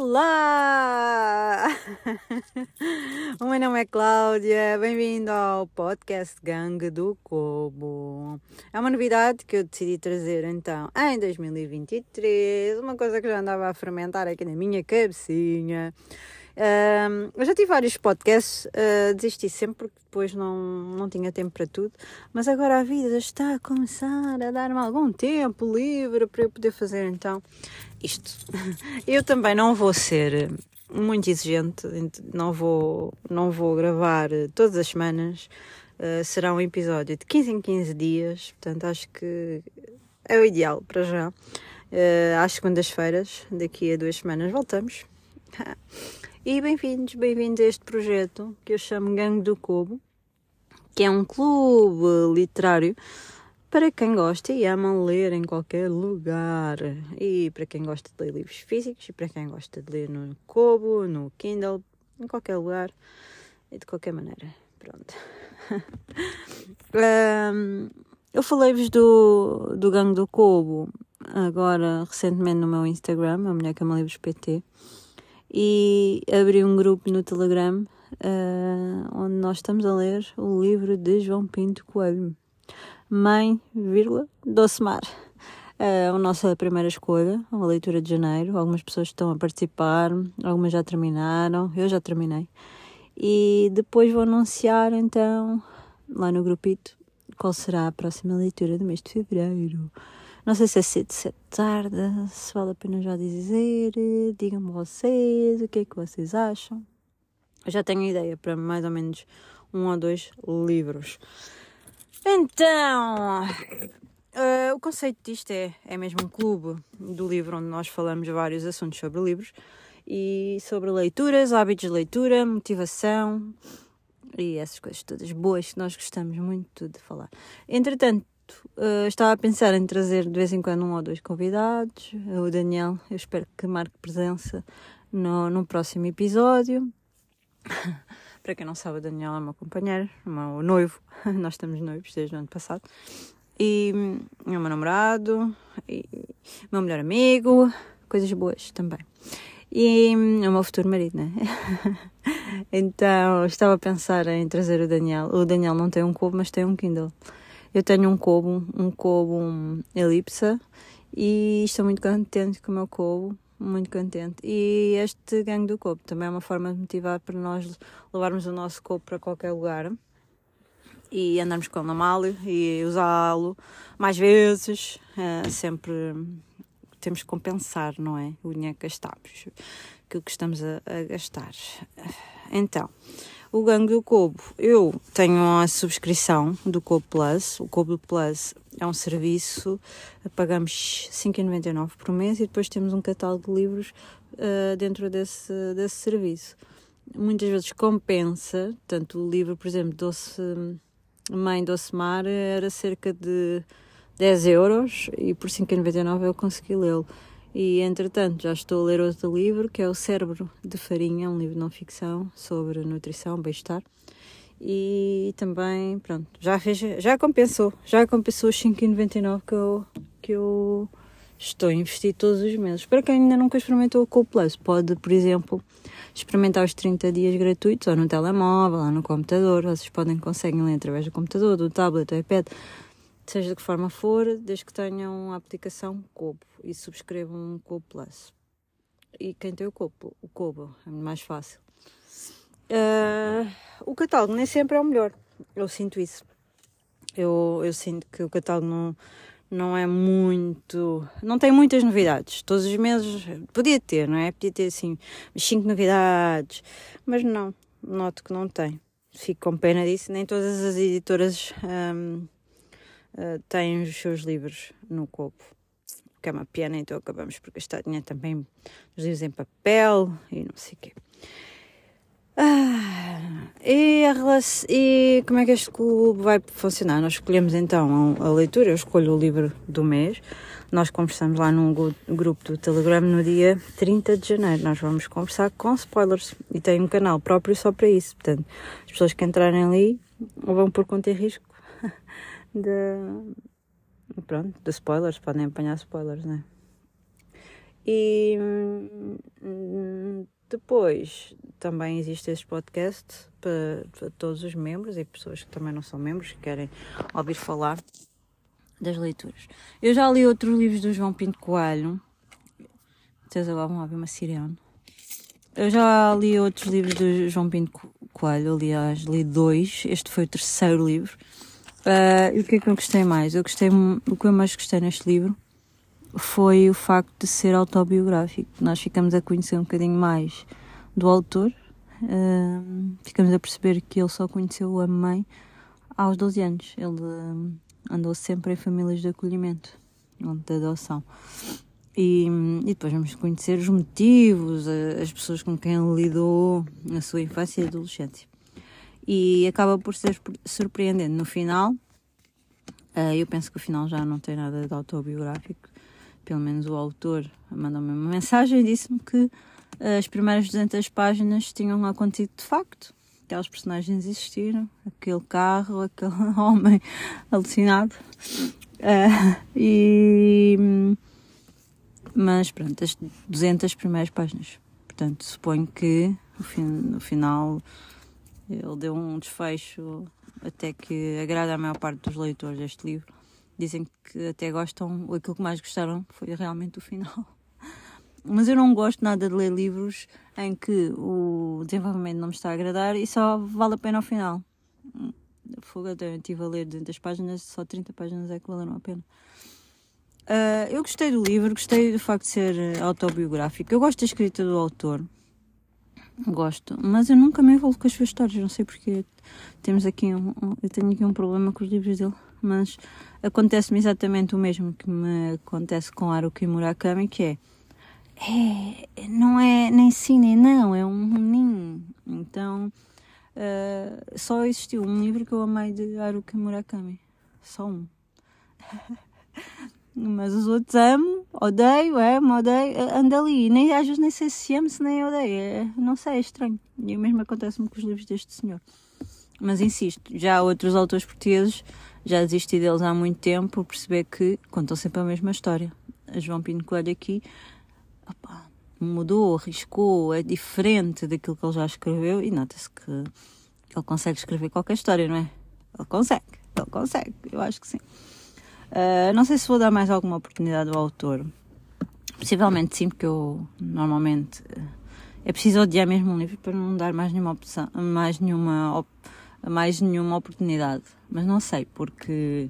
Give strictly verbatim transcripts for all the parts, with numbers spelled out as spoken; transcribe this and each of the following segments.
Olá! O meu nome é Cláudia, bem-vindo ao podcast Gangue do Cobo. É uma novidade que eu decidi trazer então em dois mil e vinte e três, uma coisa que já andava a fermentar aqui na minha cabecinha. Um, eu já tive vários podcasts, uh, desisti sempre porque depois não, não tinha tempo para tudo, mas agora a vida está a começar a dar-me algum tempo livre para eu poder fazer então isto. Eu também não vou ser muito exigente, não vou, não vou gravar todas as semanas, uh, será um episódio de quinze em quinze dias, portanto acho que é o ideal para já. Uh, às segundas-feiras, daqui a duas semanas voltamos. E bem-vindos, bem-vindos a este projeto que eu chamo Gangue do Cobo, que é um clube literário para quem gosta e ama ler em qualquer lugar. E para quem gosta de ler livros físicos e para quem gosta de ler no Kobo, no Kindle, em qualquer lugar e de qualquer maneira. Pronto. um, eu falei-vos do, do Gangue do Cobo agora recentemente no meu Instagram, a Mulher Cama Livros P T. E abri um grupo no Telegram uh, onde nós estamos a ler o livro de João Pinto Coelho, Mãe, vírgula, Doce Mar. Uh, a nossa primeira escolha, a leitura de janeiro. Algumas pessoas estão a participar, algumas já terminaram, eu já terminei. E depois vou anunciar então, lá no grupito, qual será a próxima leitura do mês de fevereiro. Não sei se é cedo, se é tarde, se vale a pena já dizer, digam-me vocês, o que é que vocês acham. Eu já tenho ideia para mais ou menos um ou dois livros. Então, uh, o conceito disto é, é mesmo um clube do livro onde nós falamos vários assuntos sobre livros e sobre leituras, hábitos de leitura, motivação e essas coisas todas boas que nós gostamos muito de falar. Entretanto, Uh, estava a pensar em trazer de vez em quando um ou dois convidados. O Daniel, eu espero que marque presença no, no próximo episódio. Para quem não sabe, o Daniel é o meu companheiro, o meu noivo. Nós estamos noivos desde o ano passado. E é o meu namorado, e o meu melhor amigo, coisas boas também. E é o meu futuro marido, né? Então, estava a pensar em trazer o Daniel. O Daniel não tem um Kobo, mas tem um Kindle. Eu tenho um Kobo, um Kobo um Elipsa e estou muito contente com o meu Kobo, muito contente. E este Gangue do Kobo também é uma forma de motivar para nós levarmos o nosso Kobo para qualquer lugar e andarmos com ele na mala e usá-lo mais vezes. Uh, sempre temos que compensar, não é? O dinheiro que gastamos, aquilo que estamos a, a gastar. Então, o Gangue do Kobo, eu tenho a subscrição do Kobo Plus. O Kobo Plus é um serviço, pagamos cinco vírgula noventa e nove por mês e depois temos um catálogo de livros uh, dentro desse, desse serviço. Muitas vezes compensa, tanto o livro, por exemplo, Doce Mãe, Doce Mar, era cerca de dez euros e por cinco vírgula noventa e nove eu consegui lê-lo. E, entretanto, já estou a ler outro livro, que é O Cérebro de Farinha, um livro de não-ficção sobre nutrição, bem-estar. E também, pronto, já, fez, já compensou. Já compensou os cinco vírgula noventa e nove que eu, que eu estou a investir todos os meses. Para quem ainda nunca experimentou o Kobo Plus, pode, por exemplo, experimentar os trinta dias gratuitos, ou no telemóvel, ou no computador. Vocês podem, conseguem ler através do computador, do tablet, do iPad, seja de que forma for, desde que tenham a aplicação Kobo e subscrevam um Kobo Plus. E quem tem o Kobo, o Kobo é mais fácil. Uh, o catálogo nem sempre é o melhor, eu sinto isso. Eu, eu sinto que o catálogo não, não é muito... Não tem muitas novidades. Todos os meses podia ter, não é? Podia ter assim cinco novidades, mas não, noto que não tem. Fico com pena disso. Nem todas as editoras... Um, Uh, têm os seus livros no Kobo, que é uma pena, então acabamos por gastar dinheiro também nos livros em papel e não sei o quê. Ah, e, a relação, e como é que este clube vai funcionar? Nós escolhemos então a, a leitura, eu escolho o livro do mês, nós conversamos lá num grupo do Telegram no dia trinta de janeiro, nós vamos conversar com spoilers e tem um canal próprio só para isso, portanto as pessoas que entrarem ali vão por conta e risco de, pronto, de spoilers, podem apanhar spoilers, né? E hum, depois também existe esse podcast para, para todos os membros e pessoas que também não são membros, que querem ouvir falar das leituras. Eu já li outros livros do João Pinto Coelho. Vocês agora vão ouvir uma sirene. Eu já li outros livros do João Pinto Coelho, aliás, li dois. Este foi o terceiro livro. Uh, e o que é que eu gostei mais? Eu gostei, o que eu mais gostei neste livro foi o facto de ser autobiográfico. Nós ficamos a conhecer um bocadinho mais do autor. Uh, ficamos a perceber que ele só conheceu a mãe aos doze anos. Ele uh, andou sempre em famílias de acolhimento, de adoção. E, e depois vamos conhecer os motivos, as pessoas com quem ele lidou na sua infância e adolescência. E acaba por ser surpreendente no final. Uh, eu penso que o final já não tem nada de autobiográfico. Pelo menos o autor mandou-me uma mensagem e disse-me que uh, as primeiras duzentas páginas tinham acontecido de facto. Aquelas personagens existiram, aquele carro, aquele homem alucinado. Uh, e... Mas pronto, as duzentas primeiras páginas. Portanto, suponho que no final ele deu um desfecho até que agrada a maior parte dos leitores deste livro. Dizem que até gostam, ou aquilo que mais gostaram foi realmente o final. Mas eu não gosto nada de ler livros em que o desenvolvimento não me está a agradar e só vale a pena ao final. Fogo, eu estive a ler duzentas páginas, só trinta páginas é que valeram a pena. Uh, eu gostei do livro, gostei do facto de ser autobiográfico. Eu gosto da escrita do autor. Gosto, mas eu nunca me envolvo com as suas histórias, não sei porque. Temos aqui um, um, eu tenho aqui um problema com os livros dele, mas acontece-me exatamente o mesmo que me acontece com Haruki Murakami, que é, é não é nem sim nem não, é um ninho. Então uh, só existiu um livro que eu amei de Haruki Murakami, só um. Mas os outros amo, odeio, amo, odeio, ando ali. Nem, às vezes nem sei se amo, se nem odeio. É, não sei, é estranho. E o mesmo acontece-me com os livros deste senhor. Mas insisto, já há outros autores portugueses, já desisti deles há muito tempo, por perceber que contam sempre a mesma história. A João Pinto Coelho aqui, opa, mudou, arriscou, é diferente daquilo que ele já escreveu e nota-se que ele consegue escrever qualquer história, não é? Ele consegue, ele consegue, eu acho que sim. Uh, não sei se vou dar mais alguma oportunidade ao autor. Possivelmente sim, porque eu normalmente uh, é preciso odiar mesmo um livro para não dar mais nenhuma opção, mais nenhuma, op, mais nenhuma oportunidade. Mas não sei, porque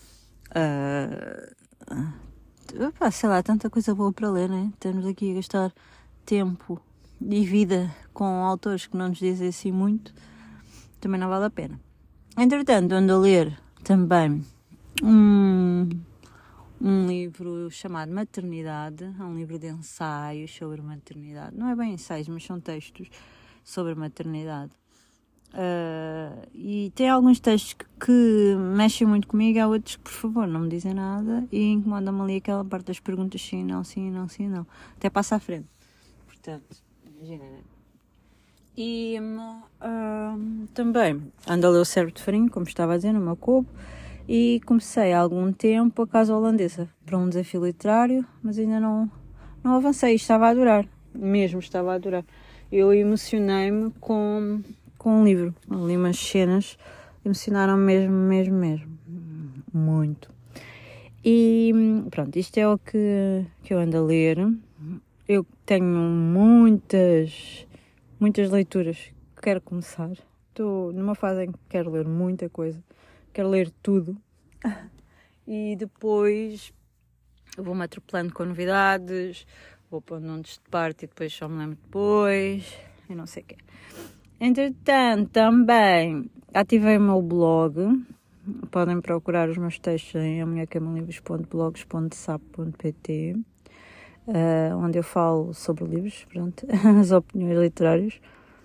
uh, uh, sei lá, tanta coisa boa para ler, né? Estamos aqui a gastar tempo e vida com autores que não nos dizem assim muito, também não vale a pena. Entretanto, ando a ler também Um, um livro chamado Maternidade, é um livro de ensaios sobre maternidade. Não é bem ensaios, mas são textos sobre maternidade. Uh, e tem alguns textos que, que mexem muito comigo, há outros que, por favor, não me dizem nada e incomodam-me ali aquela parte das perguntas sim, não, sim, não, sim, não. Até passa à frente. Portanto, imagina, né? E uh, também ando a ler O Cérebro de Farinha, como estava a dizer, no meu cubo. E comecei há algum tempo a Casa Holandesa para um desafio literário, mas ainda não, não avancei, estava a durar, mesmo estava a durar. Eu emocionei-me com, com um livro, li umas cenas, emocionaram-me mesmo, mesmo, mesmo, muito. E pronto, isto é o que, que eu ando a ler. Eu tenho muitas, muitas leituras que quero começar. Estou numa fase em que quero ler muita coisa. Quero ler tudo e depois vou-me atropelando com novidades, vou pondo antes de parte e depois só me lembro depois e não sei o quê. Entretanto, também ativei o meu blog, podem procurar os meus textos em a mulher cama livros ponto blogs ponto sap ponto pt, uh, onde eu falo sobre livros, pronto, as opiniões literárias,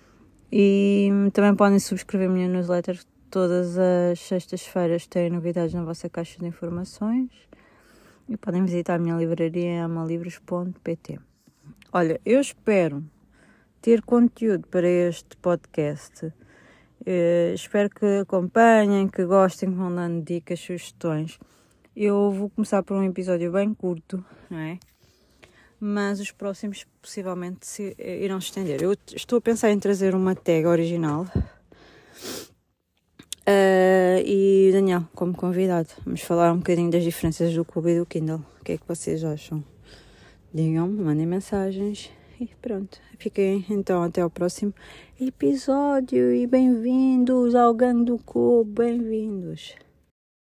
e também podem subscrever a minha newsletter. Todas as sextas-feiras têm novidades na vossa caixa de informações e podem visitar a minha livraria amalivros ponto pt. Olha, eu espero ter conteúdo para este podcast. Uh, espero que acompanhem, que gostem, que vão dando dicas, sugestões. Eu vou começar por um episódio bem curto, não é? mas os próximos possivelmente se, irão se estender. Eu estou a pensar em trazer uma tag original uh, e Daniel como convidado. Vamos falar um bocadinho das diferenças do Kobo e do Kindle. O que é que vocês acham? Digam-me, mandem mensagens e pronto. Fiquem então até ao próximo episódio e bem-vindos ao Gangue do Kobo, bem-vindos.